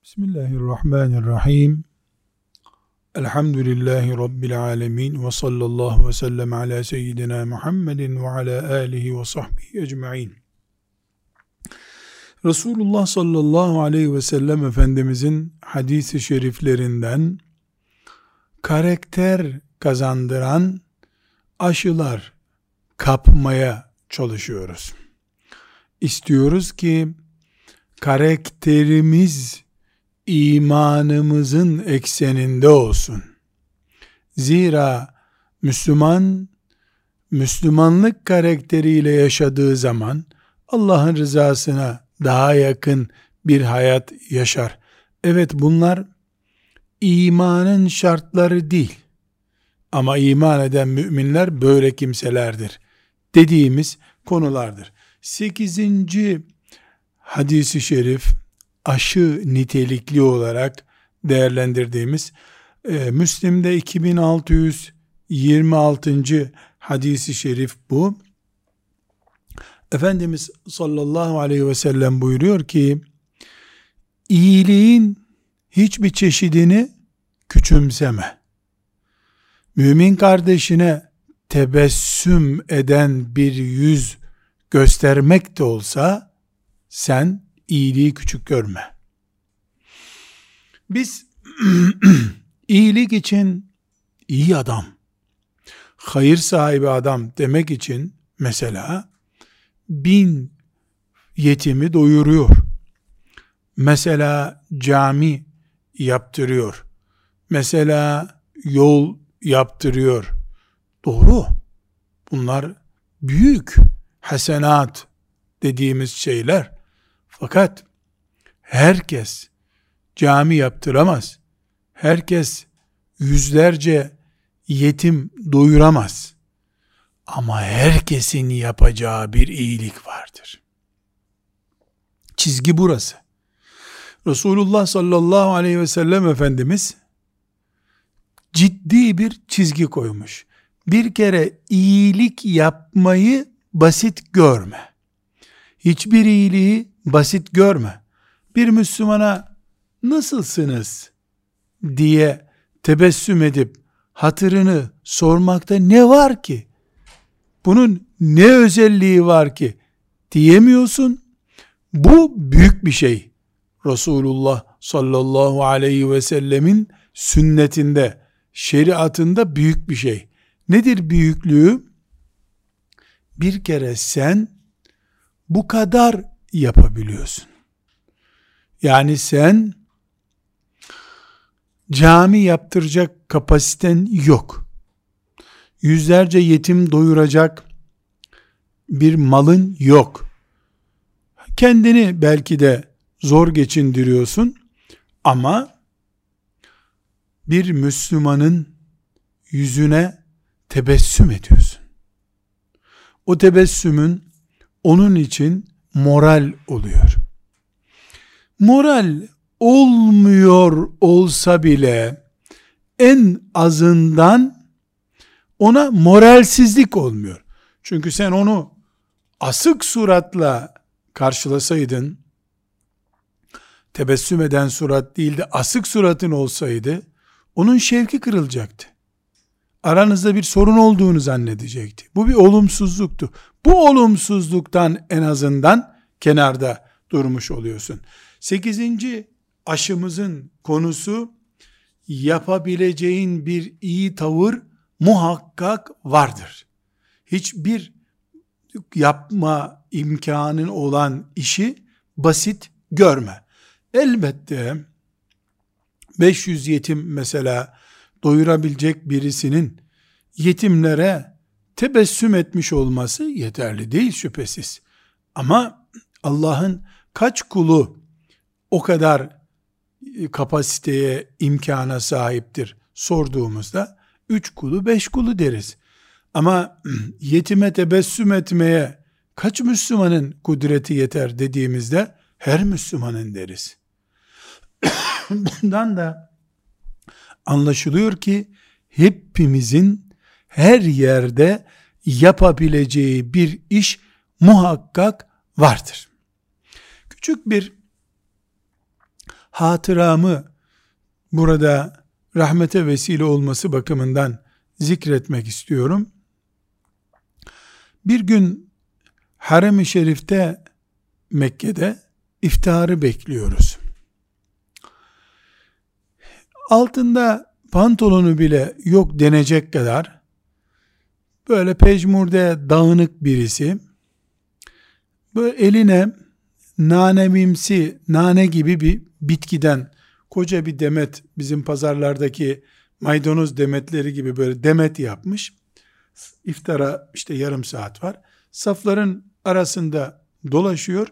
Bismillahirrahmanirrahim. Elhamdülillahi Rabbil alemin. Ve sallallahu ve sellem ala seyyidina Muhammedin ve ala alihi ve sahbihi ecma'in. Resulullah sallallahu aleyhi ve sellem Efendimizin hadis-i şeriflerinden karakter kazandıran aşılar kapmaya çalışıyoruz. İstiyoruz ki karakterimiz imanımızın ekseninde olsun. Zira Müslüman, Müslümanlık karakteriyle yaşadığı zaman Allah'ın rızasına daha yakın bir hayat yaşar. Evet, bunlar imanın şartları değil. Ama iman eden müminler böyle kimselerdir dediğimiz konulardır. 8. hadis-i şerif aşı nitelikli olarak değerlendirdiğimiz Müslim'de 2626. hadis-i şerif bu. Efendimiz sallallahu aleyhi ve sellem buyuruyor ki, iyiliğin hiçbir çeşidini küçümseme. Mümin kardeşine tebessüm eden bir yüz göstermek de olsa sen iyiliği küçük görme. Biz iyilik için iyi adam, hayır sahibi adam demek için mesela 1000 yetimi doyuruyor. Mesela cami yaptırıyor. Mesela yol yaptırıyor. Doğru. Bunlar büyük hasenat dediğimiz şeyler. Fakat herkes cami yaptıramaz. Herkes yüzlerce yetim doyuramaz. Ama herkesin yapacağı bir iyilik vardır. Çizgi burası. Resulullah sallallahu aleyhi ve sellem Efendimiz ciddi bir çizgi koymuş. Bir kere iyilik yapmayı basit görme. Hiçbir iyiliği basit görme. Bir Müslümana nasılsınız diye tebessüm edip hatırını sormakta ne var ki? Bunun ne özelliği var ki diyemiyorsun. Bu büyük bir şey. Resulullah sallallahu aleyhi ve sellemin sünnetinde, şeriatında büyük bir şey. Nedir büyüklüğü? Bir kere sen bu kadar yapabiliyorsun. Yani sen cami yaptıracak kapasiten yok. Yüzlerce yetim doyuracak bir malın yok. Kendini belki de zor geçindiriyorsun ama bir Müslümanın yüzüne tebessüm ediyorsun. O tebessümün onun için moral oluyor. Moral olmuyor olsa bile en azından ona moralsizlik olmuyor. Çünkü sen onu asık suratla karşılasaydın, tebessüm eden surat değil de asık suratın olsaydı, onun şevki kırılacaktı. Aranızda bir sorun olduğunu zannedecekti. Bu bir olumsuzluktu. Bu olumsuzluktan en azından kenarda durmuş oluyorsun. 8. aşımızın konusu, yapabileceğin bir iyi tavır muhakkak vardır. Hiçbir yapma imkanın olan işi basit görme. Elbette 500 yetim mesela doyurabilecek birisinin yetimlere tebessüm etmiş olması yeterli değil şüphesiz. Ama Allah'ın kaç kulu o kadar kapasiteye, imkana sahiptir sorduğumuzda 3 kulu 5 kulu deriz. Ama yetime tebessüm etmeye kaç Müslümanın kudreti yeter dediğimizde her Müslümanın deriz. Bundan da anlaşılıyor ki hepimizin her yerde yapabileceği bir iş muhakkak vardır. Küçük bir hatıramı burada rahmete vesile olması bakımından zikretmek istiyorum. Bir gün Harem-i Şerif'te, Mekke'de iftarı bekliyoruz. Altında pantolonu bile yok denecek kadar böyle pejmurde dağınık birisi, böyle eline nanemimsi, nane gibi bir bitkiden koca bir demet, bizim pazarlardaki maydanoz demetleri gibi böyle demet yapmış. İftara işte yarım saat var. Safların arasında dolaşıyor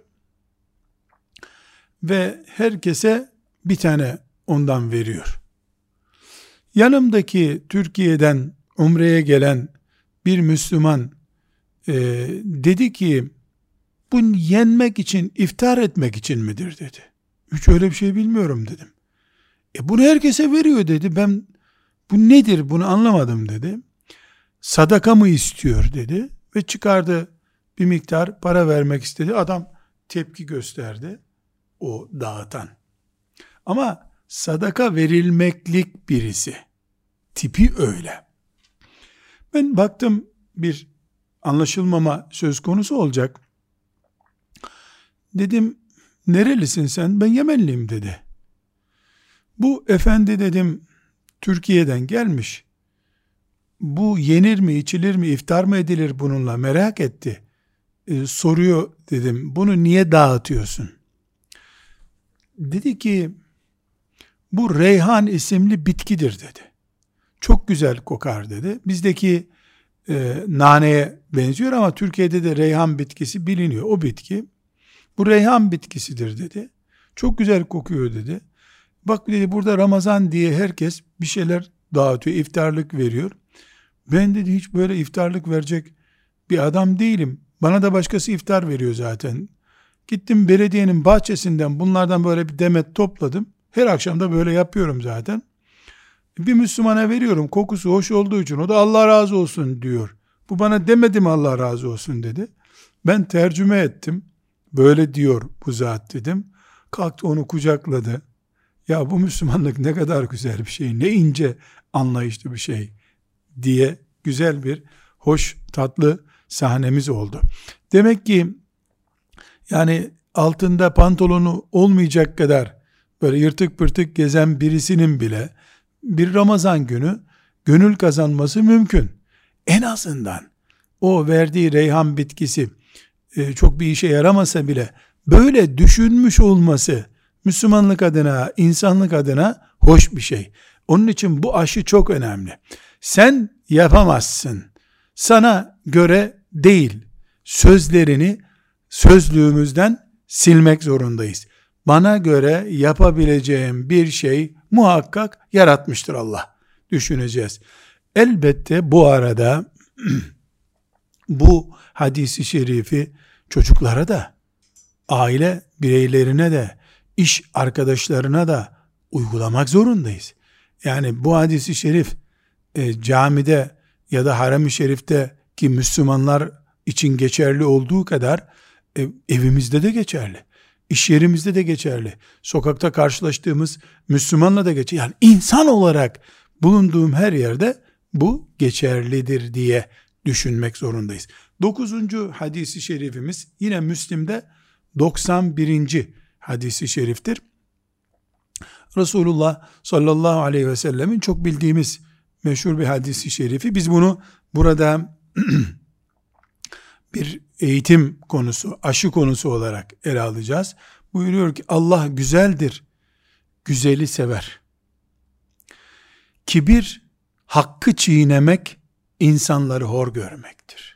ve herkese bir tane ondan veriyor. Yanımdaki Türkiye'den Umre'ye gelen bir Müslüman dedi ki, bu yenmek için, iftar etmek için midir dedi. Hiç öyle bir şey bilmiyorum dedim. Bunu herkese veriyor dedi. Ben bu nedir bunu anlamadım dedi. Sadaka mı istiyor dedi ve çıkardı, bir miktar para vermek istedi. Adam tepki gösterdi, o dağıtan. Ama sadaka verilmeklik birisi. Tipi öyle. Ben baktım bir anlaşılmama söz konusu olacak. Dedim, nerelisin sen? Ben Yemenliyim dedi. Bu efendi dedim, Türkiye'den gelmiş. Bu yenir mi, içilir mi, iftar mı edilir bununla, merak etti. Soruyor dedim, bunu niye dağıtıyorsun? Dedi ki, bu reyhan isimli bitkidir dedi. Çok güzel kokar dedi. Bizdeki naneye benziyor ama Türkiye'de de reyhan bitkisi biliniyor. O bitki, bu reyhan bitkisidir dedi. Çok güzel kokuyor dedi. Bak dedi, burada Ramazan diye herkes bir şeyler dağıtıyor, iftarlık veriyor. Ben dedi hiç böyle iftarlık verecek bir adam değilim. Bana da başkası iftar veriyor zaten. Gittim belediyenin bahçesinden bunlardan böyle bir demet topladım. Her akşam da böyle yapıyorum zaten. Bir Müslümana veriyorum, kokusu hoş olduğu için, o da Allah razı olsun diyor. Bu bana demedi mi Allah razı olsun dedi. Ben tercüme ettim. Böyle diyor bu zat dedim. Kalktı onu kucakladı. Ya bu Müslümanlık ne kadar güzel bir şey, ne ince anlayışlı bir şey diye güzel bir, hoş, tatlı sahnemiz oldu. Demek ki yani altında pantolonu olmayacak kadar böyle yırtık pırtık gezen birisinin bile bir Ramazan günü gönül kazanması mümkün. En azından o verdiği reyhan bitkisi çok bir işe yaramasa bile böyle düşünmüş olması Müslümanlık adına, insanlık adına hoş bir şey. Onun için bu aşı çok önemli. Sen yapamazsın. Sana göre değil. Sözlerini sözlüğümüzden silmek zorundayız. Bana göre yapabileceğim bir şey muhakkak yaratmıştır Allah. Düşüneceğiz. Elbette bu arada bu hadisi şerifi çocuklara da, aile bireylerine de, iş arkadaşlarına da uygulamak zorundayız. Yani bu hadisi şerif camide ya da harem-i şerifteki Müslümanlar için geçerli olduğu kadar evimizde de geçerli. İş yerimizde de geçerli. Sokakta karşılaştığımız Müslümanla da geçerli. Yani insan olarak bulunduğum her yerde bu geçerlidir diye düşünmek zorundayız. 9. hadisi şerifimiz yine Müslim'de 91. hadisi şeriftir. Resulullah sallallahu aleyhi ve sellemin çok bildiğimiz meşhur bir hadisi şerifi. Biz bunu burada bir eğitim konusu, aşı konusu olarak ele alacağız. Buyuruyor ki Allah güzeldir, güzeli sever. Kibir, hakkı çiğnemek, insanları hor görmektir.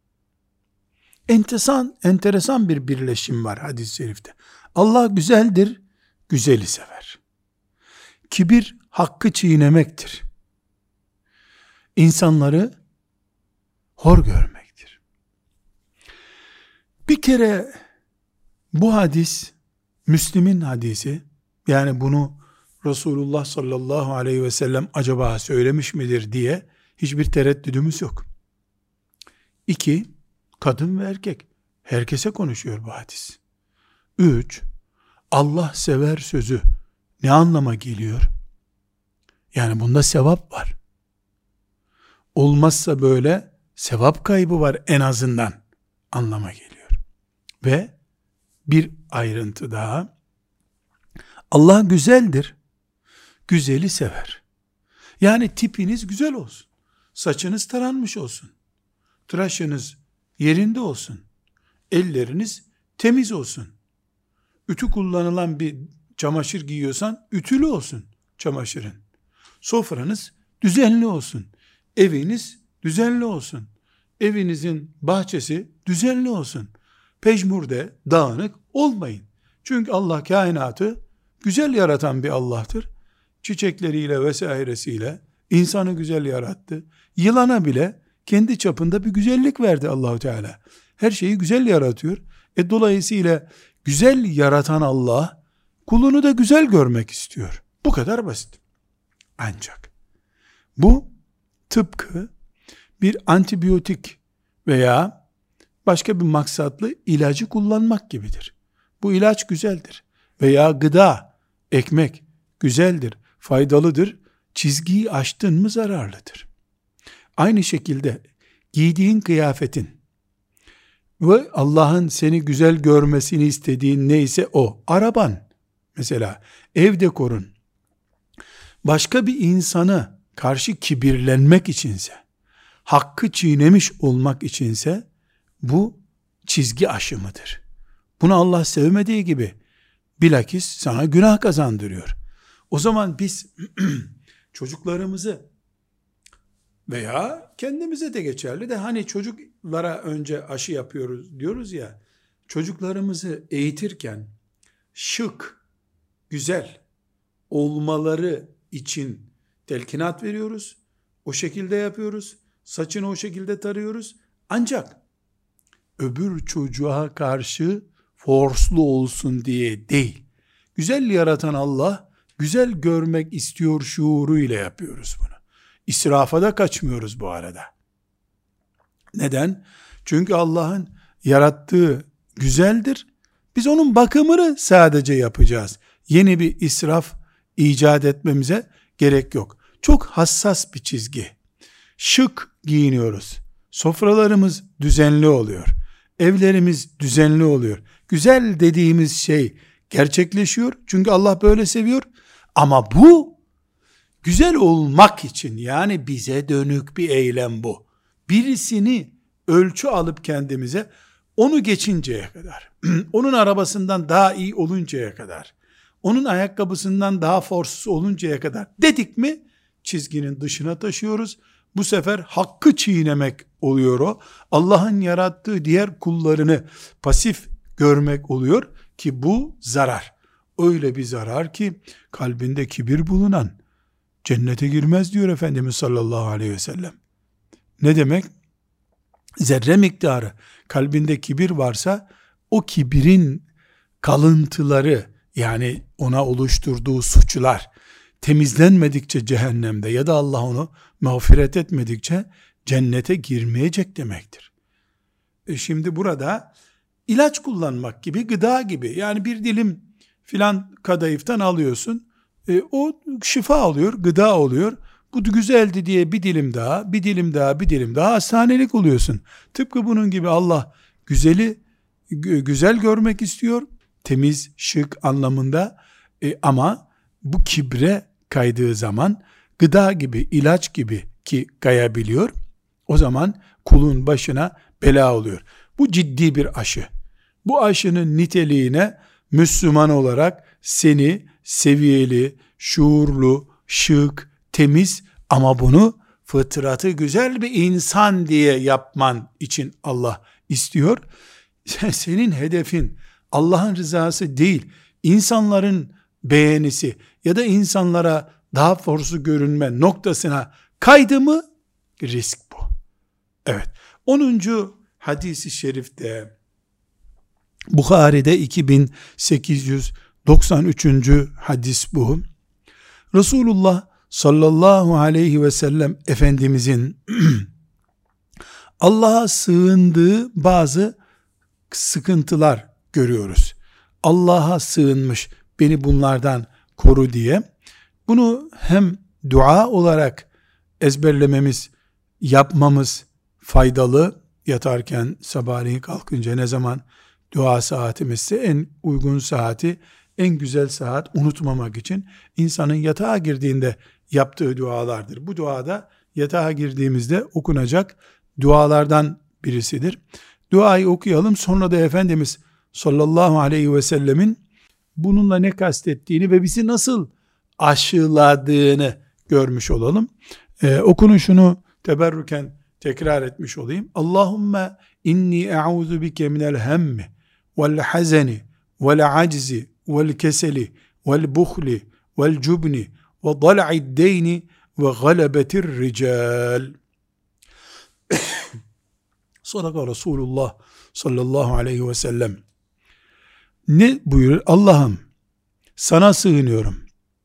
Enteresan bir birleşim var hadis-i şerifte. Allah güzeldir, güzeli sever. Kibir, hakkı çiğnemektir. İnsanları hor görmektir. Bir kere bu hadis, Müslim'in hadisi, yani bunu Resulullah sallallahu aleyhi ve sellem acaba söylemiş midir diye hiçbir tereddüdümüz yok. 2, kadın ve erkek. Herkese konuşuyor bu hadis. 3, Allah sever sözü ne anlama geliyor? Yani bunda sevap var. Olmazsa böyle sevap kaybı var en azından anlama geliyor. Ve bir ayrıntı daha, Allah güzeldir. Güzeli sever. Yani tipiniz güzel olsun. Saçınız taranmış olsun. Tıraşınız yerinde olsun. Elleriniz temiz olsun. Ütü kullanılan bir çamaşır giyiyorsan ütülü olsun çamaşırın. Sofranız düzenli olsun. Eviniz düzenli olsun. Evinizin bahçesi düzenli olsun. Pejmurde, dağınık olmayın. Çünkü Allah kainatı güzel yaratan bir Allah'tır. Çiçekleriyle vesairesiyle insanı güzel yarattı. Yılana bile kendi çapında bir güzellik verdi Allahu Teala. Her şeyi güzel yaratıyor. Dolayısıyla güzel yaratan Allah kulunu da güzel görmek istiyor. Bu kadar basit. Ancak bu tıpkı bir antibiyotik veya başka bir maksatlı ilacı kullanmak gibidir. Bu ilaç güzeldir. Veya gıda, ekmek güzeldir, faydalıdır. Çizgiyi aştın mı zararlıdır. Aynı şekilde giydiğin kıyafetin ve Allah'ın seni güzel görmesini istediğin neyse o. Araban mesela, ev dekorun başka bir insana karşı kibirlenmek içinse, hakkı çiğnemiş olmak içinse bu çizgi aşımıdır. Bunu Allah sevmediği gibi bilakis sana günah kazandırıyor. O zaman biz çocuklarımızı veya kendimize de geçerli de hani çocuklara önce aşı yapıyoruz diyoruz ya, çocuklarımızı eğitirken şık, güzel olmaları için telkinat veriyoruz. O şekilde yapıyoruz. Saçını o şekilde tarıyoruz. Ancak öbür çocuğa karşı forslu olsun diye değil. Güzel yaratan Allah güzel görmek istiyor şuuruyla yapıyoruz bunu. İsrafa da kaçmıyoruz bu arada. Neden? Çünkü Allah'ın yarattığı güzeldir. Biz onun bakımını sadece yapacağız. Yeni bir israf icat etmemize gerek yok. Çok hassas bir çizgi. Şık giyiniyoruz. Sofralarımız düzenli oluyor. Evlerimiz düzenli oluyor. Güzel dediğimiz şey gerçekleşiyor. Çünkü Allah böyle seviyor. Ama bu güzel olmak için, yani bize dönük bir eylem bu. Birisini ölçü alıp kendimize, onu geçinceye kadar, onun arabasından daha iyi oluncaya kadar, onun ayakkabısından daha forsuz oluncaya kadar dedik mi, çizginin dışına taşıyoruz. Bu sefer hakkı çiğnemek oluyor o. Allah'ın yarattığı diğer kullarını pasif görmek oluyor ki bu zarar. Öyle bir zarar ki kalbinde kibir bulunan cennete girmez diyor Efendimiz sallallahu aleyhi ve sellem. Ne demek? Zerre miktarı kalbinde kibir varsa o kibirin kalıntıları, yani ona oluşturduğu suçlar temizlenmedikçe cehennemde ya da Allah onu mağfiret etmedikçe cennete girmeyecek demektir. Şimdi burada ilaç kullanmak gibi, gıda gibi, yani bir dilim filan kadayıftan alıyorsun, o şifa oluyor, gıda oluyor. Bu güzeldi diye bir dilim daha, bir dilim daha, bir dilim daha hastanelik oluyorsun. Tıpkı bunun gibi Allah güzeli güzel görmek istiyor, temiz, şık anlamında, ama bu kibre kaydığı zaman gıda gibi, ilaç gibi ki kayabiliyor, o zaman kulun başına bela oluyor. Bu ciddi bir aşı. Bu aşının niteliğine Müslüman olarak seni seviyeli, şuurlu, şık, temiz ama bunu fıtratı güzel bir insan diye yapman için Allah istiyor. Senin hedefin Allah'ın rızası değil, insanların beğenisi ya da insanlara daha forslu görünme noktasına kaydı mı risk bu. Evet. 10. hadisi şerifte, Bukhari'de 2893. hadis bu. Resulullah sallallahu aleyhi ve sellem Efendimizin Allah'a sığındığı bazı sıkıntılar görüyoruz. Allah'a sığınmış, beni bunlardan koru diye. Bunu hem dua olarak ezberlememiz, yapmamız faydalı. Yatarken, sabahleyin kalkınca ne zaman dua saatimizse en uygun saati, en güzel saat unutmamak için insanın yatağa girdiğinde yaptığı dualardır. Bu duada yatağa girdiğimizde okunacak dualardan birisidir. Duayı okuyalım, sonra da Efendimiz sallallahu aleyhi ve sellemin bununla ne kastettiğini ve bizi nasıl aşıladığını görmüş olalım. Okunuşunu teberrüken tekrar etmiş olayım. Allahümme inni e'udhu bike minel hemmi vel hazeni vel aczi vel keseli vel buhli vel cubni ve dala'id deyni ve galebetir rical. Sadaka Resulullah sallallahu aleyhi ve sellem. Ne buyuruyor? Allah'ım sana sığınıyorum.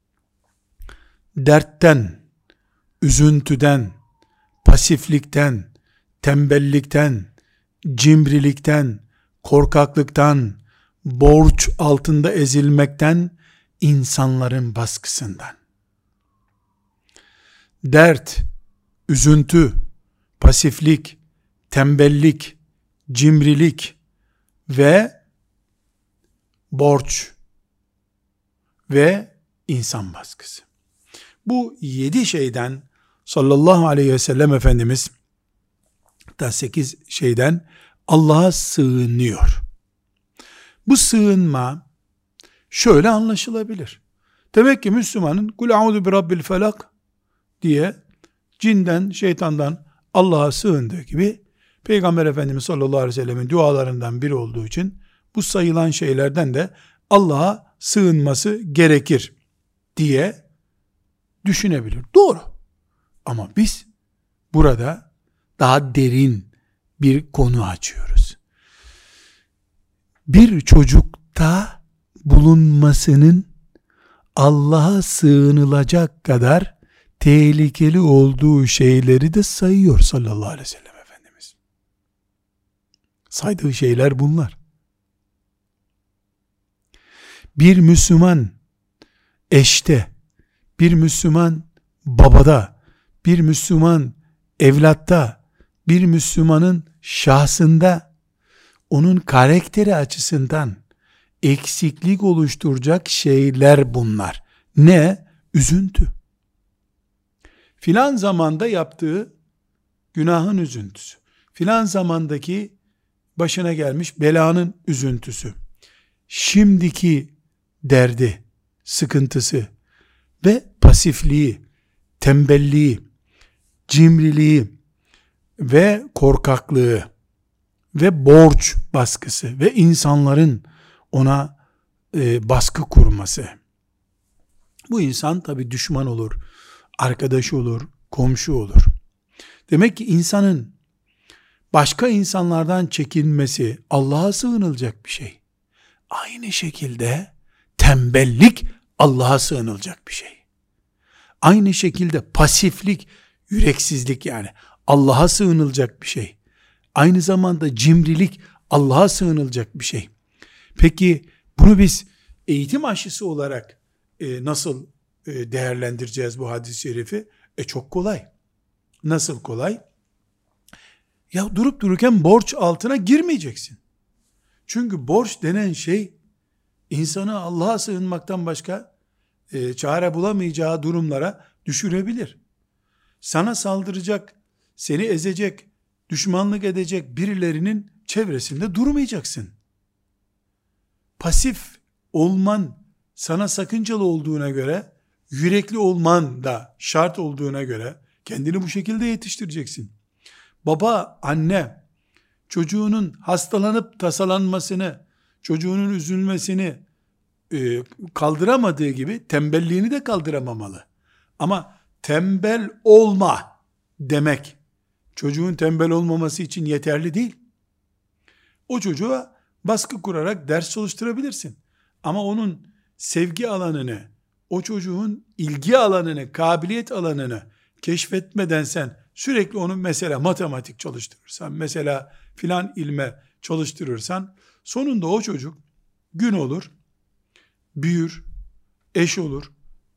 Dertten, üzüntüden, pasiflikten, tembellikten, cimrilikten, korkaklıktan, borç altında ezilmekten, insanların baskısından. Dert, üzüntü, pasiflik, tembellik, cimrilik ve borç ve insan baskısı. Bu 7 şeyden sallallahu aleyhi ve sellem Efendimiz, hatta 8 şeyden Allah'a sığınıyor. Bu sığınma şöyle anlaşılabilir. Demek ki Müslümanın kul a'udhu bi rabbil felak diye cinden, şeytandan Allah'a sığındığı gibi Peygamber Efendimiz sallallahu aleyhi ve sellemin dualarından biri olduğu için bu sayılan şeylerden de Allah'a sığınması gerekir diye düşünebilir. Doğru. Ama biz burada daha derin bir konu açıyoruz. Bir çocukta bulunmasının Allah'a sığınılacak kadar tehlikeli olduğu şeyleri de sayıyor sallallahu aleyhi ve sellem Efendimiz. Saydığı şeyler bunlar. Bir Müslüman eşte, bir Müslüman babada, bir Müslüman evlatta, bir Müslümanın şahsında onun karakteri açısından eksiklik oluşturacak şeyler bunlar. Ne? Üzüntü. Filan zamanda yaptığı günahın üzüntüsü. Filan zamandaki başına gelmiş belanın üzüntüsü. Şimdiki derdi, sıkıntısı ve pasifliği, tembelliği, cimriliği ve korkaklığı ve borç baskısı ve insanların ona baskı kurması. Bu insan tabii düşman olur, arkadaş olur, komşu olur. Demek ki insanın başka insanlardan çekinmesi Allah'a sığınılacak bir şey. Aynı şekilde tembellik Allah'a sığınılacak bir şey. Aynı şekilde pasiflik, yüreksizlik yani Allah'a sığınılacak bir şey. Aynı zamanda cimrilik Allah'a sığınılacak bir şey. Peki bunu biz eğitim aşısı olarak nasıl değerlendireceğiz bu hadis-i şerifi? Çok kolay. Nasıl kolay? Ya durup dururken borç altına girmeyeceksin. Çünkü borç denen şey insanı Allah'a sığınmaktan başka çare bulamayacağı durumlara düşürebilir. Sana saldıracak, seni ezecek, düşmanlık edecek birilerinin çevresinde durmayacaksın. Pasif olman sana sakıncalı olduğuna göre, yürekli olman da şart olduğuna göre kendini bu şekilde yetiştireceksin. Baba, anne çocuğunun hastalanıp tasalanmasını, çocuğunun üzülmesini kaldıramadığı gibi tembelliğini de kaldıramamalı. Ama tembel olma demek çocuğun tembel olmaması için yeterli değil. O çocuğa baskı kurarak ders çalıştırabilirsin. Ama onun sevgi alanını, o çocuğun ilgi alanını, kabiliyet alanını keşfetmeden sen sürekli onu mesela matematik çalıştırırsan, mesela filan ilme çalıştırırsan, sonunda o çocuk gün olur, büyür, eş olur,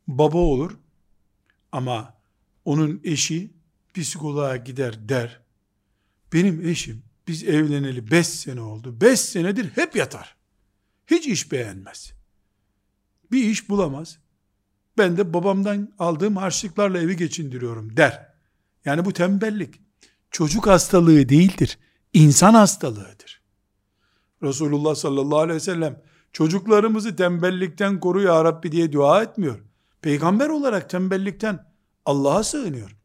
baba olur ama onun eşi psikoloğa gider der, benim eşim biz evleneli 5 sene oldu, 5 senedir hep yatar, hiç iş beğenmez, bir iş bulamaz, ben de babamdan aldığım harçlıklarla evi geçindiriyorum der. Yani bu tembellik çocuk hastalığı değildir, insan hastalığıdır. Resulullah sallallahu aleyhi ve sellem çocuklarımızı tembellikten koru ya Rabbi diye dua etmiyor. Peygamber olarak tembellikten Allah'a sığınıyor.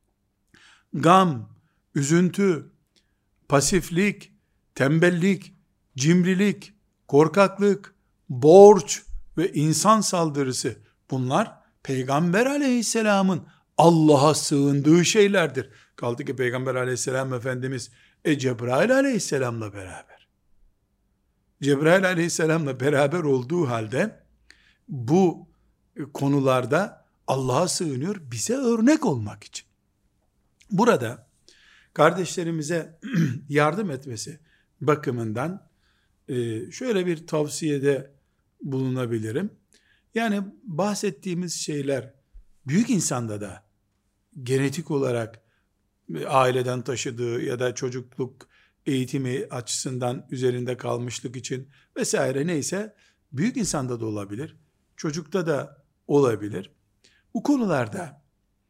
Gam, üzüntü, pasiflik, tembellik, cimrilik, korkaklık, borç ve insan saldırısı, bunlar Peygamber aleyhisselamın Allah'a sığındığı şeylerdir. Kaldı ki Peygamber aleyhisselam Efendimiz Cebrail aleyhisselamla beraber. Cebrail aleyhisselamla beraber olduğu halde bu konularda Allah'a sığınıyor, bize örnek olmak için. Burada kardeşlerimize yardım etmesi bakımından şöyle bir tavsiyede bulunabilirim. Yani bahsettiğimiz şeyler büyük insanda da genetik olarak aileden taşıdığı ya da çocukluk eğitimi açısından üzerinde kalmışlık için vesaire neyse büyük insanda da olabilir, çocukta da olabilir. Bu konularda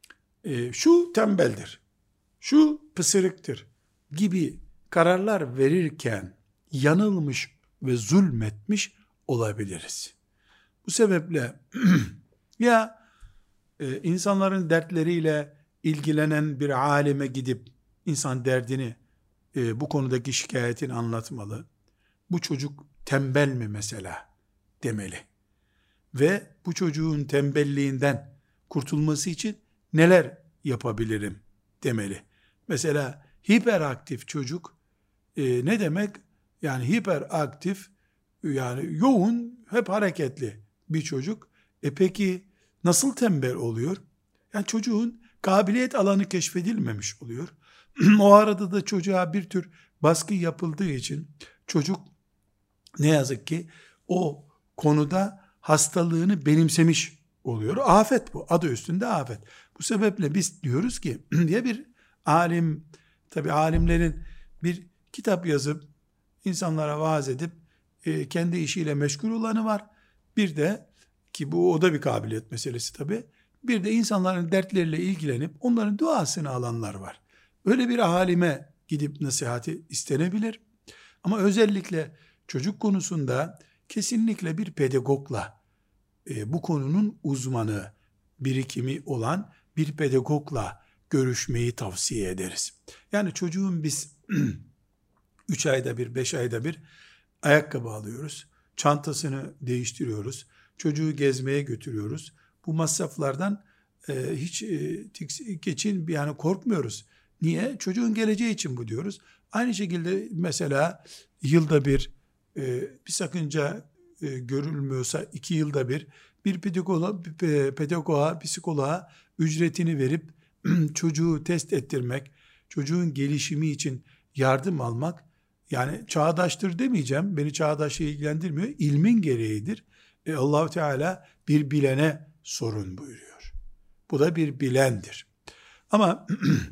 şu tembeldir, şu pısırıktır gibi kararlar verirken yanılmış ve zulmetmiş olabiliriz. Bu sebeple ya insanların dertleriyle ilgilenen bir alime gidip insan derdini, bu konudaki şikayetini anlatmalı. Bu çocuk tembel mi mesela demeli. Ve bu çocuğun tembelliğinden kurtulması için neler yapabilirim demeli. Mesela hiperaktif çocuk ne demek? Yani hiperaktif, yani yoğun, hep hareketli bir çocuk. Peki nasıl tembel oluyor? Yani çocuğun kabiliyet alanı keşfedilmemiş oluyor. O arada da çocuğa bir tür baskı yapıldığı için çocuk ne yazık ki o konuda hastalığını benimsemiş oluyor. Afet bu. Adı üstünde afet. Bu sebeple biz diyoruz ki diye bir alim, tabi alimlerin bir kitap yazıp insanlara vaaz edip kendi işiyle meşgul olanı var. Bir de ki bu o da bir kabiliyet meselesi tabi. Bir de insanların dertleriyle ilgilenip onların duasını alanlar var. Öyle bir alime gidip nasihati istenebilir. Ama özellikle çocuk konusunda kesinlikle bir pedagogla, bu konunun uzmanı, birikimi olan bir pedagogla görüşmeyi tavsiye ederiz. Yani çocuğun biz 3 ayda bir, 5 ayda bir ayakkabı alıyoruz, çantasını değiştiriyoruz, çocuğu gezmeye götürüyoruz. Bu masraflardan hiç geçin yani korkmuyoruz. Niye? Çocuğun geleceği için bu diyoruz. Aynı şekilde mesela yılda bir sakınca görülmüyorsa 2 yılda bir pedagoga, psikoloğa ücretini verip çocuğu test ettirmek, çocuğun gelişimi için yardım almak, yani çağdaştır demeyeceğim, beni çağdaşlığı ilgilendirmiyor, ilmin gereğidir. Allah-u Teala bir bilene sorun buyuruyor. Bu da bir bilendir. Ama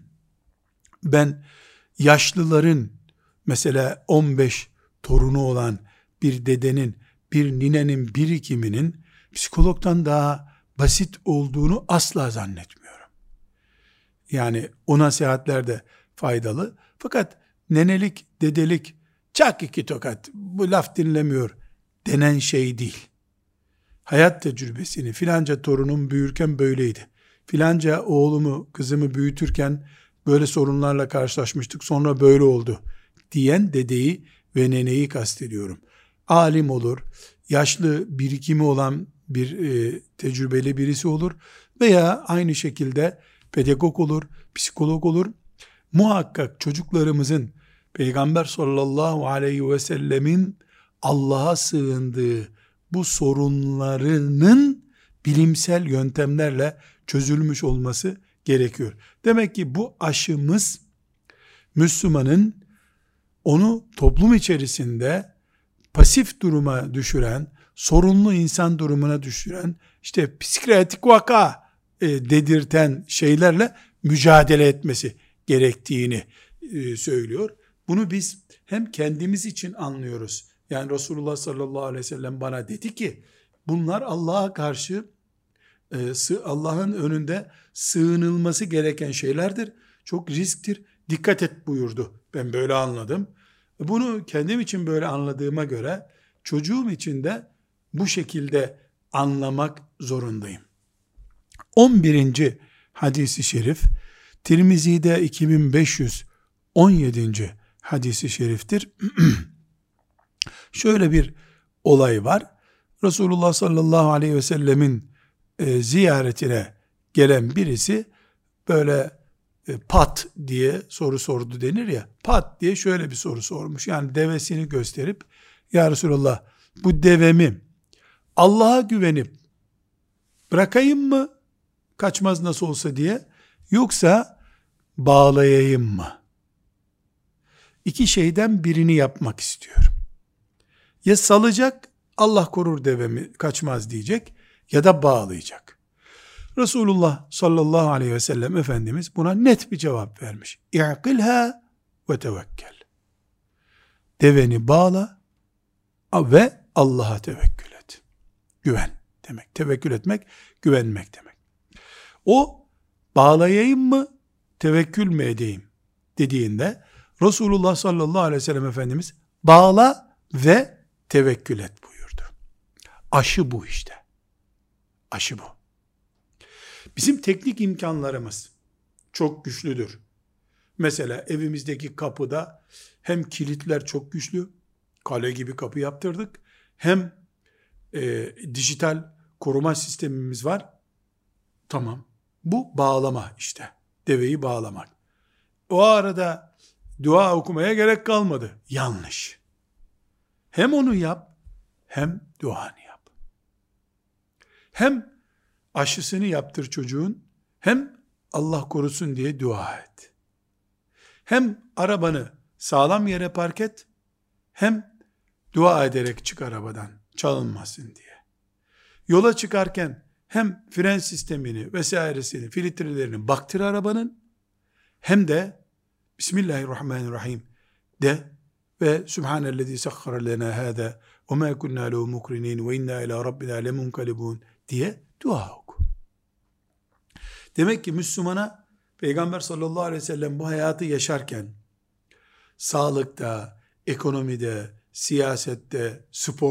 ben yaşlıların, mesela 15 torunu olan bir dedenin, bir ninenin birikiminin psikologdan daha basit olduğunu asla zannetmiyorum. Yani o nasihatler de faydalı. Fakat nenelik, dedelik, çak 2 tokat, bu laf dinlemiyor denen şey değil. Hayat tecrübesini, filanca torunum büyürken böyleydi, filanca oğlumu, kızımı büyütürken böyle sorunlarla karşılaşmıştık, sonra böyle oldu diyen dedeyi ve neneyi kastediyorum. Alim olur, yaşlı birikimi olan bir tecrübeli birisi olur veya aynı şekilde pedagog olur, psikolog olur. Muhakkak çocuklarımızın Peygamber sallallahu aleyhi ve sellemin Allah'a sığındığı bu sorunlarının bilimsel yöntemlerle çözülmüş olması gerekiyor. Demek ki bu aşımız Müslümanın onu toplum içerisinde pasif duruma düşüren, sorunlu insan durumuna düşüren, işte psikiyatrik vaka dedirten şeylerle mücadele etmesi gerektiğini söylüyor. Bunu biz hem kendimiz için anlıyoruz. Yani Resulullah sallallahu aleyhi ve sellem bana dedi ki, bunlar Allah'a karşı Allah'ın önünde sığınılması gereken şeylerdir. Çok risktir. Dikkat et buyurdu. Ben böyle anladım. Bunu kendim için böyle anladığıma göre çocuğum için de bu şekilde anlamak zorundayım. 11. hadisi şerif Tirmizi'de 2517. hadisi şeriftir. Şöyle bir olay var. Resulullah sallallahu aleyhi ve sellemin ziyaretine gelen birisi böyle pat diye soru sordu denir ya. Pat diye şöyle bir soru sormuş. Yani devesini gösterip, ya Resulallah, bu devemi Allah'a güvenip bırakayım mı, kaçmaz nasıl olsa diye, yoksa bağlayayım mı? İki şeyden birini yapmak istiyorum. Ya salacak, Allah korur devemi, kaçmaz diyecek, ya da bağlayacak. Resulullah sallallahu aleyhi ve sellem Efendimiz buna net bir cevap vermiş. İ'qilha ve tevekkel. Deveni bağla ve Allah'a tevekkül et. Güven demek. Tevekkül etmek, güvenmek demek. O bağlayayım mı, tevekkül mü edeyim dediğinde Resulullah sallallahu aleyhi ve sellem Efendimiz bağla ve tevekkül et buyurdu. Aşı bu işte. Aşı bu. Bizim teknik imkanlarımız çok güçlüdür. Mesela evimizdeki kapıda hem kilitler çok güçlü, kale gibi kapı yaptırdık, hem dijital koruma sistemimiz var. Tamam. Bu bağlama işte. Deveyi bağlamak. O arada dua okumaya gerek kalmadı. Yanlış. Hem onu yap, hem duanı yap. Hem aşısını yaptır çocuğun, hem Allah korusun diye dua et. Hem arabanı sağlam yere park et, hem dua ederek çık arabadan, çalınmasın diye. Yola çıkarken hem fren sistemini vesairesini, filtrelerini baktır arabanın, hem de Bismillahirrahmanirrahim de ve Sübhanellezî sakhkhara lenâ hâzâ ve mâ kunnâ lehu mukrinin ve innâ ilâ rabbinâ lemunkalibûn diye dua oku. Demek ki Müslümana Peygamber sallallahu aleyhi ve sellem bu hayatı yaşarken sağlıkta, ekonomide, siyasette,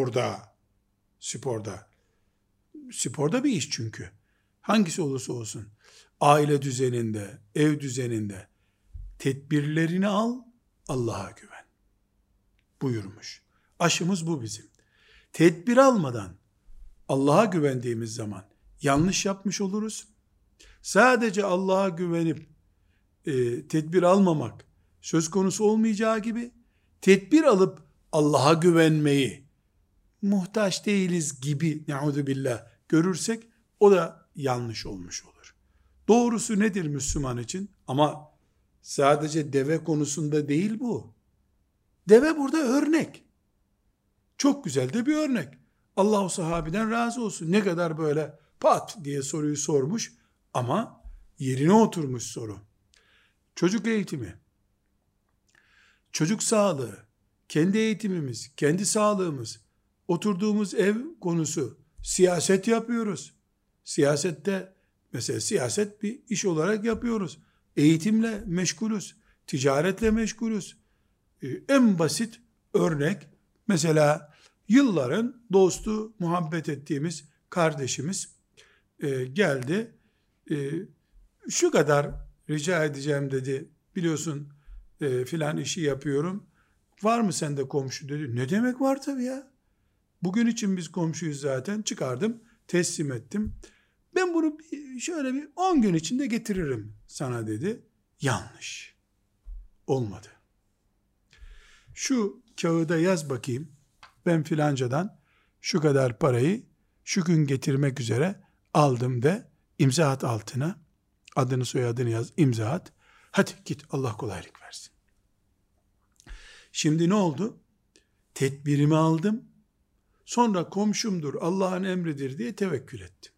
sporda bir iş çünkü. Hangisi olursa olsun, aile düzeninde, ev düzeninde tedbirlerini al, Allah'a güven buyurmuş. Aşımız bu bizim. Tedbir almadan Allah'a güvendiğimiz zaman yanlış yapmış oluruz. Sadece Allah'a güvenip tedbir almamak söz konusu olmayacağı gibi, tedbir alıp Allah'a güvenmeyi muhtaç değiliz gibi ne'udzubillah görürsek o da yanlış olmuş olur. Doğrusu nedir Müslüman için? Ama sadece deve konusunda değil bu. Deve burada örnek. Çok güzel de bir örnek. Allah o sahabeden razı olsun. Ne kadar böyle pat diye soruyu sormuş ama yerine oturmuş soru. Çocuk eğitimi, çocuk sağlığı, kendi eğitimimiz, kendi sağlığımız, oturduğumuz ev konusu, siyaset yapıyoruz. Siyasette, mesela siyaset bir iş olarak yapıyoruz. Eğitimle meşgulüz, ticaretle meşgulüz. En basit örnek, mesela yılların dostu, muhabbet ettiğimiz kardeşimiz geldi. Şu kadar rica edeceğim dedi. Biliyorsun filan işi yapıyorum. Var mı sende komşu dedi. Ne demek var tabii ya. Bugün için biz komşuyuz zaten. Çıkardım, teslim ettim. Ben bunu şöyle bir 10 gün içinde getiririm sana dedi. Yanlış. Olmadı. Şu kağıda yaz bakayım. Ben filancadan şu kadar parayı şu gün getirmek üzere aldım de, imza at altına. Adını soyadını yaz, imza at. Hadi git, Allah kolaylık versin. Şimdi ne oldu? Tedbirimi aldım. sonra komşumdur, Allah'ın emridir diye tevekkül ettim.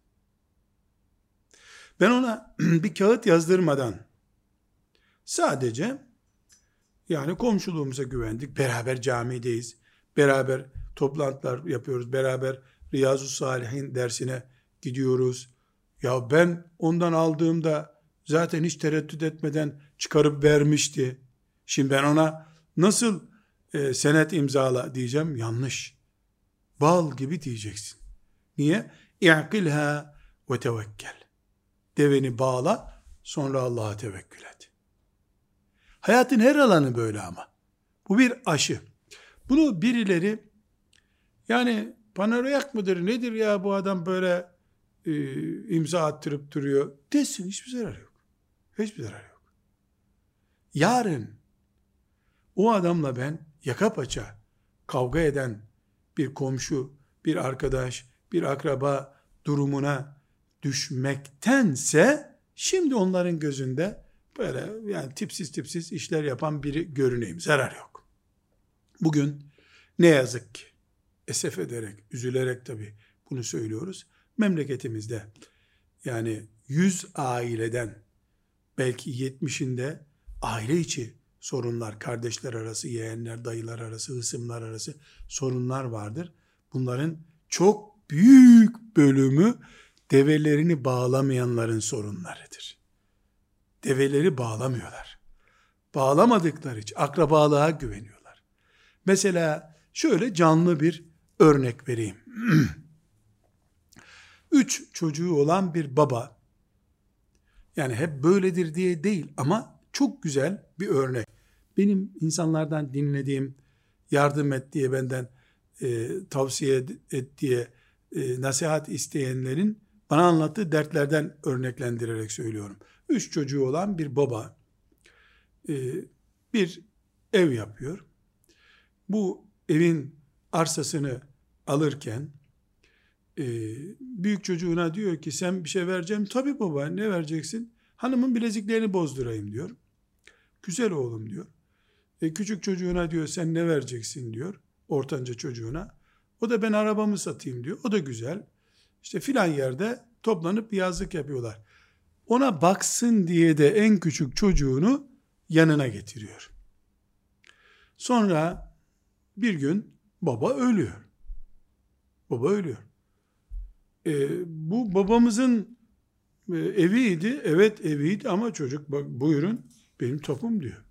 Ben ona bir kağıt yazdırmadan sadece yani komşuluğumuza güvendik. Beraber camideyiz. Beraber toplantılar yapıyoruz. Beraber Riyazu Salihin dersine gidiyoruz. Ya ben ondan aldığımda zaten hiç tereddüt etmeden çıkarıp vermişti. Şimdi ben ona nasıl senet imzala diyeceğim? Yanlış. Bal gibi diyeceksin. Niye? İ'kilha ve tevekkel. Deveni bağla, sonra Allah'a tevekkül et. Hayatın her alanı böyle ama. Bu bir aşı. Bunu birileri yani paranoyak mıdır nedir ya bu adam böyle imza attırıp duruyor desin, hiçbir zararı yok. Hiçbir zararı yok. Yarın o adamla ben yaka paça kavga eden bir komşu, bir arkadaş, bir akraba durumuna düşmektense şimdi onların gözünde böyle yani tipsiz işler yapan biri görüneyim. Zarar yok. Bugün ne yazık ki esef ederek, üzülerek tabii bunu söylüyoruz. Memleketimizde yani 100 aileden belki 70'inde aile içi sorunlar, kardeşler arası, yeğenler, dayılar arası, hısımlar arası sorunlar vardır. Bunların çok büyük bölümü develerini bağlamayanların sorunlarıdır. Develeri bağlamıyorlar. Bağlamadıkları için akrabalığa güveniyorlar. Mesela şöyle canlı bir örnek vereyim. 3 çocuğu olan bir baba, yani hep böyledir diye değil ama çok güzel bir örnek. Benim insanlardan dinlediğim, yardım et diye benden tavsiye et diye nasihat isteyenlerin bana anlattığı dertlerden örneklendirerek söylüyorum. 3 çocuğu olan bir baba bir ev yapıyor. Bu evin arsasını alırken büyük çocuğuna diyor ki sen bir şey vereceğim. Tabii baba, ne vereceksin? Hanımın bileziklerini bozdurayım diyor. Güzel oğlum diyor. Küçük çocuğuna diyor sen ne vereceksin diyor. Ortanca çocuğuna. O da ben arabamı satayım diyor. O da güzel. İşte filan yerde toplanıp bir yazlık yapıyorlar. Ona baksın diye de en küçük çocuğunu yanına getiriyor. Sonra bir gün baba ölüyor. Baba ölüyor. Bu babamızın eviydi. Evet eviydi ama çocuk bak buyurun benim tapum diyor.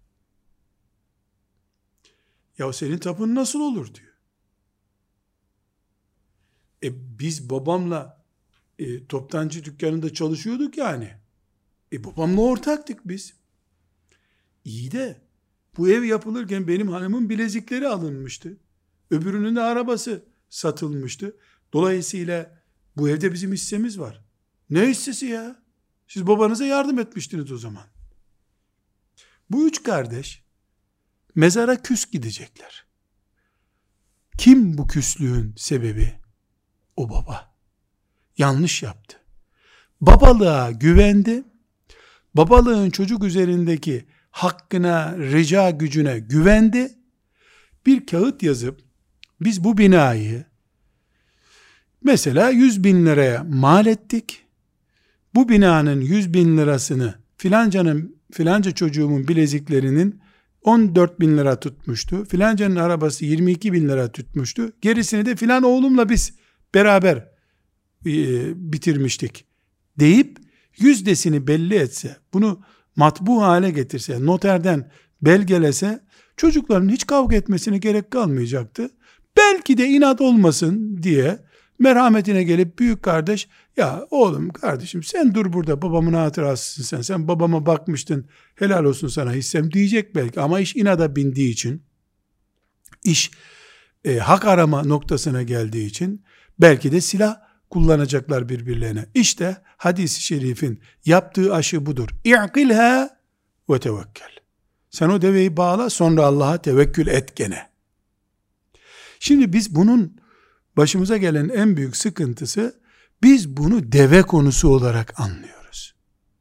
Ya senin tapun nasıl olur diyor. Biz babamla toptancı dükkanında çalışıyorduk yani. Babamla ortaktık biz. İyi de bu ev yapılırken benim hanımın bilezikleri alınmıştı. Öbürünün de arabası satılmıştı. Dolayısıyla bu evde bizim hissemiz var. Ne hissesi ya? Siz babanıza yardım etmiştiniz o zaman. Bu 3 kardeş mezara küs gidecekler. Kim bu küslüğün sebebi? O baba. Yanlış yaptı. Babalığa güvendi. Babalığın çocuk üzerindeki hakkına, rica gücüne güvendi. Bir kağıt yazıp biz bu binayı mesela 100.000 liraya mal ettik. Bu binanın 100.000 lirasını filanca çocuğumun bileziklerinin 14.000 lira tutmuştu. Filancanın arabası 22.000 lira tutmuştu. Gerisini de filan oğlumla biz beraber bitirmiştik deyip yüzdesini belli etse, bunu matbu hale getirse, noterden belgelese, çocukların hiç kavga etmesine gerek kalmayacaktı. Belki de inat olmasın diye merhametine gelip büyük kardeş, ya oğlum kardeşim sen dur burada, babamın hatırasısın sen babama bakmıştın, helal olsun sana hissem diyecek belki, ama iş inada bindiği için, iş hak arama noktasına geldiği için belki de silah kullanacaklar birbirlerine. İşte hadis-i şerifin yaptığı aşı budur. İ'kilha ve tevekkel. Sen o deveyi bağla, sonra Allah'a tevekkül et gene. Şimdi biz bunun başımıza gelen en büyük sıkıntısı, biz bunu deve konusu olarak anlıyoruz.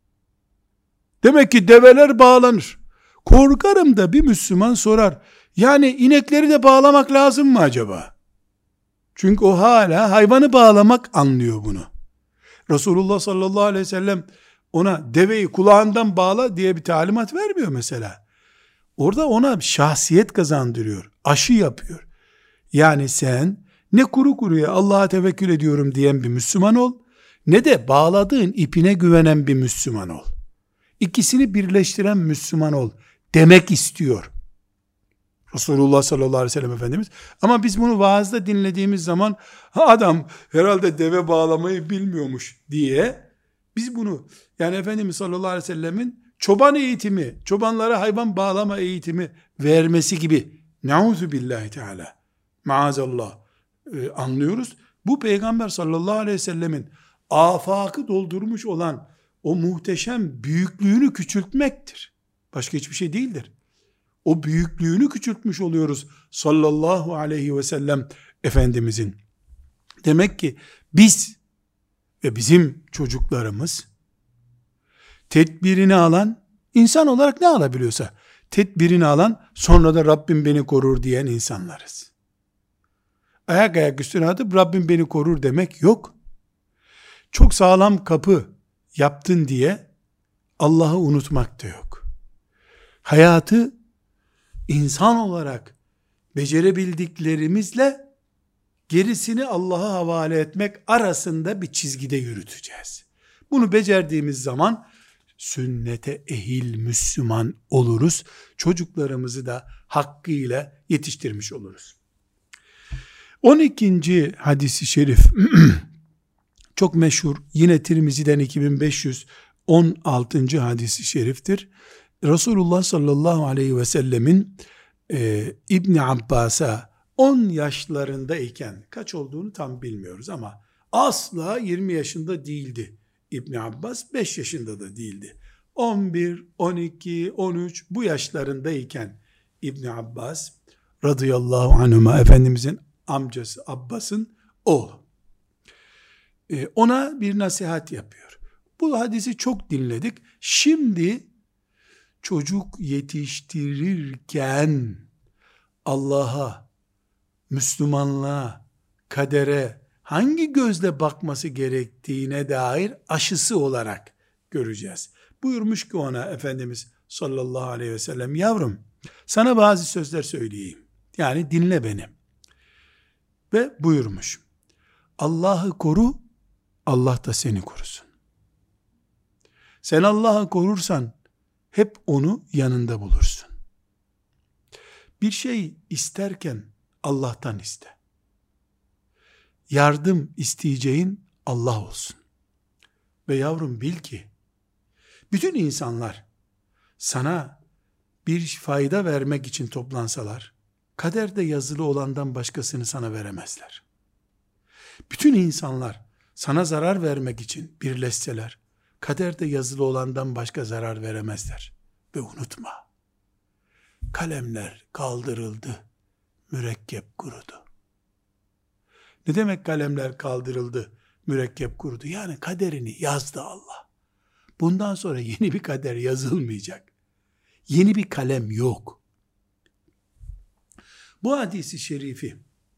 Demek ki develer bağlanır. Korkarım da bir Müslüman sorar, yani inekleri de bağlamak lazım mı acaba? Çünkü o hala hayvanı bağlamak anlıyor bunu. Resulullah sallallahu aleyhi ve sellem ona deveyi kulağından bağla diye bir talimat vermiyor mesela. Orada ona şahsiyet kazandırıyor. Aşı yapıyor. Yani sen ne kuru kuruya Allah'a tevekkül ediyorum diyen bir Müslüman ol, ne de bağladığın ipine güvenen bir Müslüman ol. İkisini birleştiren Müslüman ol demek istiyor Resulullah sallallahu aleyhi ve sellem Efendimiz. Ama biz bunu vaazda dinlediğimiz zaman adam herhalde deve bağlamayı bilmiyormuş diye biz bunu, yani Efendimiz sallallahu aleyhi ve sellemin çoban eğitimi, çobanlara hayvan bağlama eğitimi vermesi gibi, neuzu billahi teala, maazallah, anlıyoruz. Bu Peygamber sallallahu aleyhi ve sellemin afakı doldurmuş olan o muhteşem büyüklüğünü küçültmektir. Başka hiçbir şey değildir. O büyüklüğünü küçültmüş oluyoruz sallallahu aleyhi ve sellem Efendimizin. Demek ki biz ve bizim çocuklarımız tedbirini alan, insan olarak ne alabiliyorsa tedbirini alan, sonra da Rabbim beni korur diyen insanlarız. Ayak ayak üstüne atıp Rabbim beni korur demek yok. Çok sağlam kapı yaptın diye Allah'ı unutmak da yok. Hayatı insan olarak becerebildiklerimizle gerisini Allah'a havale etmek arasında bir çizgide yürüteceğiz. Bunu becerdiğimiz zaman sünnete ehil Müslüman oluruz. Çocuklarımızı da hakkıyla yetiştirmiş oluruz. 12. hadisi şerif çok meşhur, yine Tirmizi'den 2516. hadisi şeriftir. Resulullah sallallahu aleyhi ve sellemin İbni Abbas'a 10 yaşlarındayken, kaç olduğunu tam bilmiyoruz ama asla 20 yaşında değildi İbni Abbas, 5 yaşında da değildi. 11, 12, 13 bu yaşlarındayken İbni Abbas radıyallahu anhuma, Efendimizin amcası Abbas'ın oğlu, ona bir nasihat yapıyor. Bu hadisi çok dinledik. Şimdi çocuk yetiştirirken Allah'a, Müslümanlığa, kadere hangi gözle bakması gerektiğine dair aşısı olarak göreceğiz. Buyurmuş ki ona Efendimiz sallallahu aleyhi ve sellem, yavrum sana bazı sözler söyleyeyim. Yani dinle beni. Ve buyurmuş, Allah'ı koru, Allah da seni korusun. Sen Allah'ı korursan hep onu yanında bulursun. Bir şey isterken Allah'tan iste. Yardım isteyeceğin Allah olsun. Ve yavrum bil ki bütün insanlar sana bir fayda vermek için toplansalar, kaderde yazılı olandan başkasını sana veremezler. Bütün insanlar sana zarar vermek için birleşseler, kaderde yazılı olandan başka zarar veremezler. Ve unutma, kalemler kaldırıldı, mürekkep kurudu. Ne demek kalemler kaldırıldı, mürekkep kurudu? Yani kaderini yazdı Allah. Bundan sonra yeni bir kader yazılmayacak. Yeni bir kalem yok. Bu hadisi şerifi,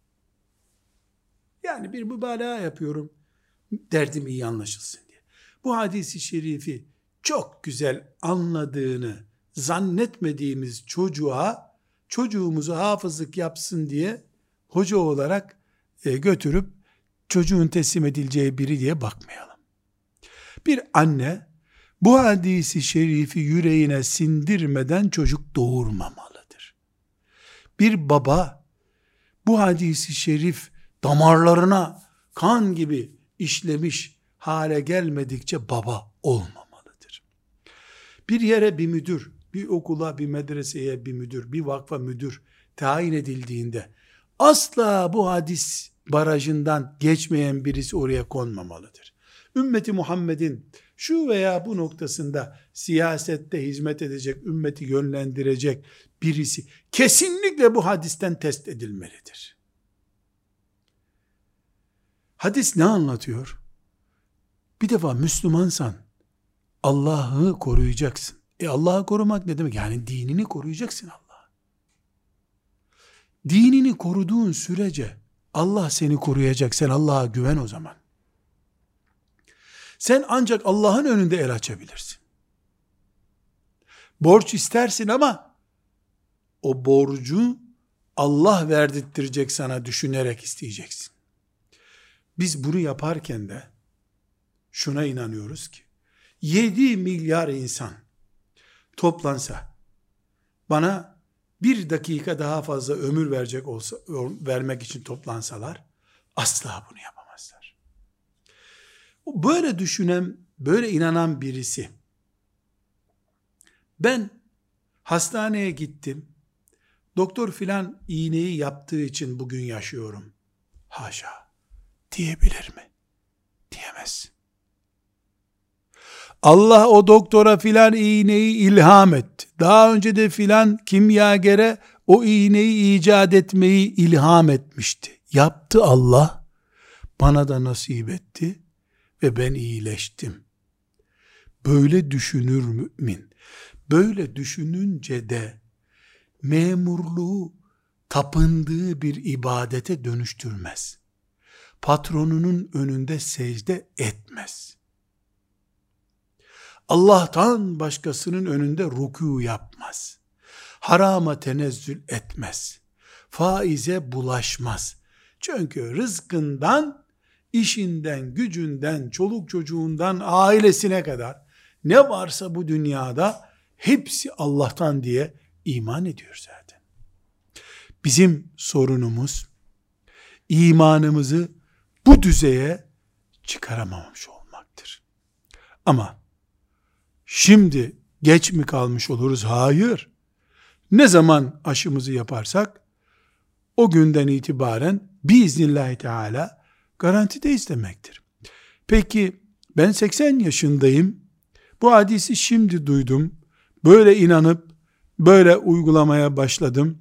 yani bir mübalağa yapıyorum, derdim iyi anlaşılsın diye. Bu hadisi şerifi çok güzel anladığını zannetmediğimiz çocuğa, çocuğumuzu hafızlık yapsın diye hoca olarak götürüp çocuğun teslim edileceği biri diye bakmayalım. Bir anne bu hadisi şerifi yüreğine sindirmeden çocuk doğurmamalıdır. Bir baba bu hadisi şerif damarlarına kan gibi işlemiş hale gelmedikçe baba olmamalıdır. Bir yere bir müdür, bir okula, bir medreseye bir müdür, bir vakfa müdür tayin edildiğinde asla bu hadis barajından geçmeyen birisi oraya konmamalıdır. Ümmeti Muhammed'in şu veya bu noktasında siyasette hizmet edecek, ümmeti yönlendirecek birisi kesinlikle bu hadisten test edilmelidir. Hadis ne anlatıyor? Bir defa Müslümansan Allah'ı koruyacaksın. Allah'ı korumak ne demek? Yani dinini koruyacaksın Allah. Dinini koruduğun sürece Allah seni koruyacak. Sen Allah'a güven o zaman. Sen ancak Allah'ın önünde el açabilirsin. Borç istersin ama o borcu Allah verdirttirecek sana düşünerek isteyeceksin. Biz bunu yaparken de şuna inanıyoruz ki 7 milyar insan toplansa, bana 1 dakika daha fazla ömür vermek için toplansalar asla bunu yapamazlar. Böyle düşünen, böyle inanan birisi, ben hastaneye gittim, doktor filan iğneyi yaptığı için bugün yaşıyorum, haşa diyebilir mi? Diyemez. Allah o doktora filan iğneyi ilham etti. Daha önce de filan kimyagere o iğneyi icat etmeyi ilham etmişti. Yaptı Allah, bana da nasip etti ve ben iyileştim. Böyle düşünür mümin. Böyle düşününce de memurluğu tapındığı bir ibadete dönüştürmez. Patronunun önünde secde etmez. Allah'tan başkasının önünde rükû yapmaz. Harama tenezzül etmez. Faize bulaşmaz. Çünkü rızkından, işinden, gücünden, çoluk çocuğundan, ailesine kadar ne varsa bu dünyada hepsi Allah'tan diye iman ediyor zaten. Bizim sorunumuz imanımızı bu düzeye çıkaramamış olmaktır. Ama şimdi geç mi kalmış oluruz? Hayır. Ne zaman aşımızı yaparsak o günden itibaren biiznillahü teala garantideyiz demektir. Peki ben 80 yaşındayım. Bu hadisi şimdi duydum. Böyle inanıp böyle uygulamaya başladım.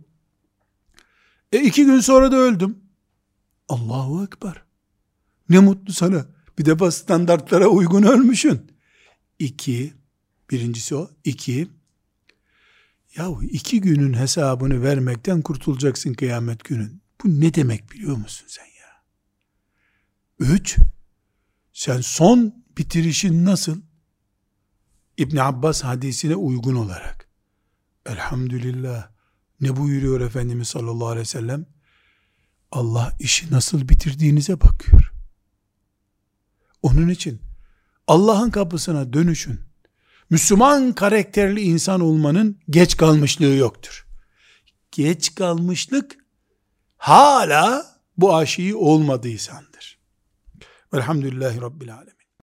2 gün sonra da öldüm. Allahu Ekber. Ne mutlu sana. Bir defa standartlara uygun ölmüşsün. Birincisi o. 2, yahu 2 günün hesabını vermekten kurtulacaksın kıyamet günün. Bu ne demek biliyor musun sen ya? 3, sen son bitirişin nasıl? İbn Abbas hadisine uygun olarak. Elhamdülillah. Ne buyuruyor Efendimiz sallallahu aleyhi ve sellem? Allah işi nasıl bitirdiğinize bakıyor. Onun için Allah'ın kapısına dönüşün. Müslüman karakterli insan olmanın geç kalmışlığı yoktur. Geç kalmışlık hala bu aşıyı olmadıysandır. Velhamdülillahi Rabbil Alemin.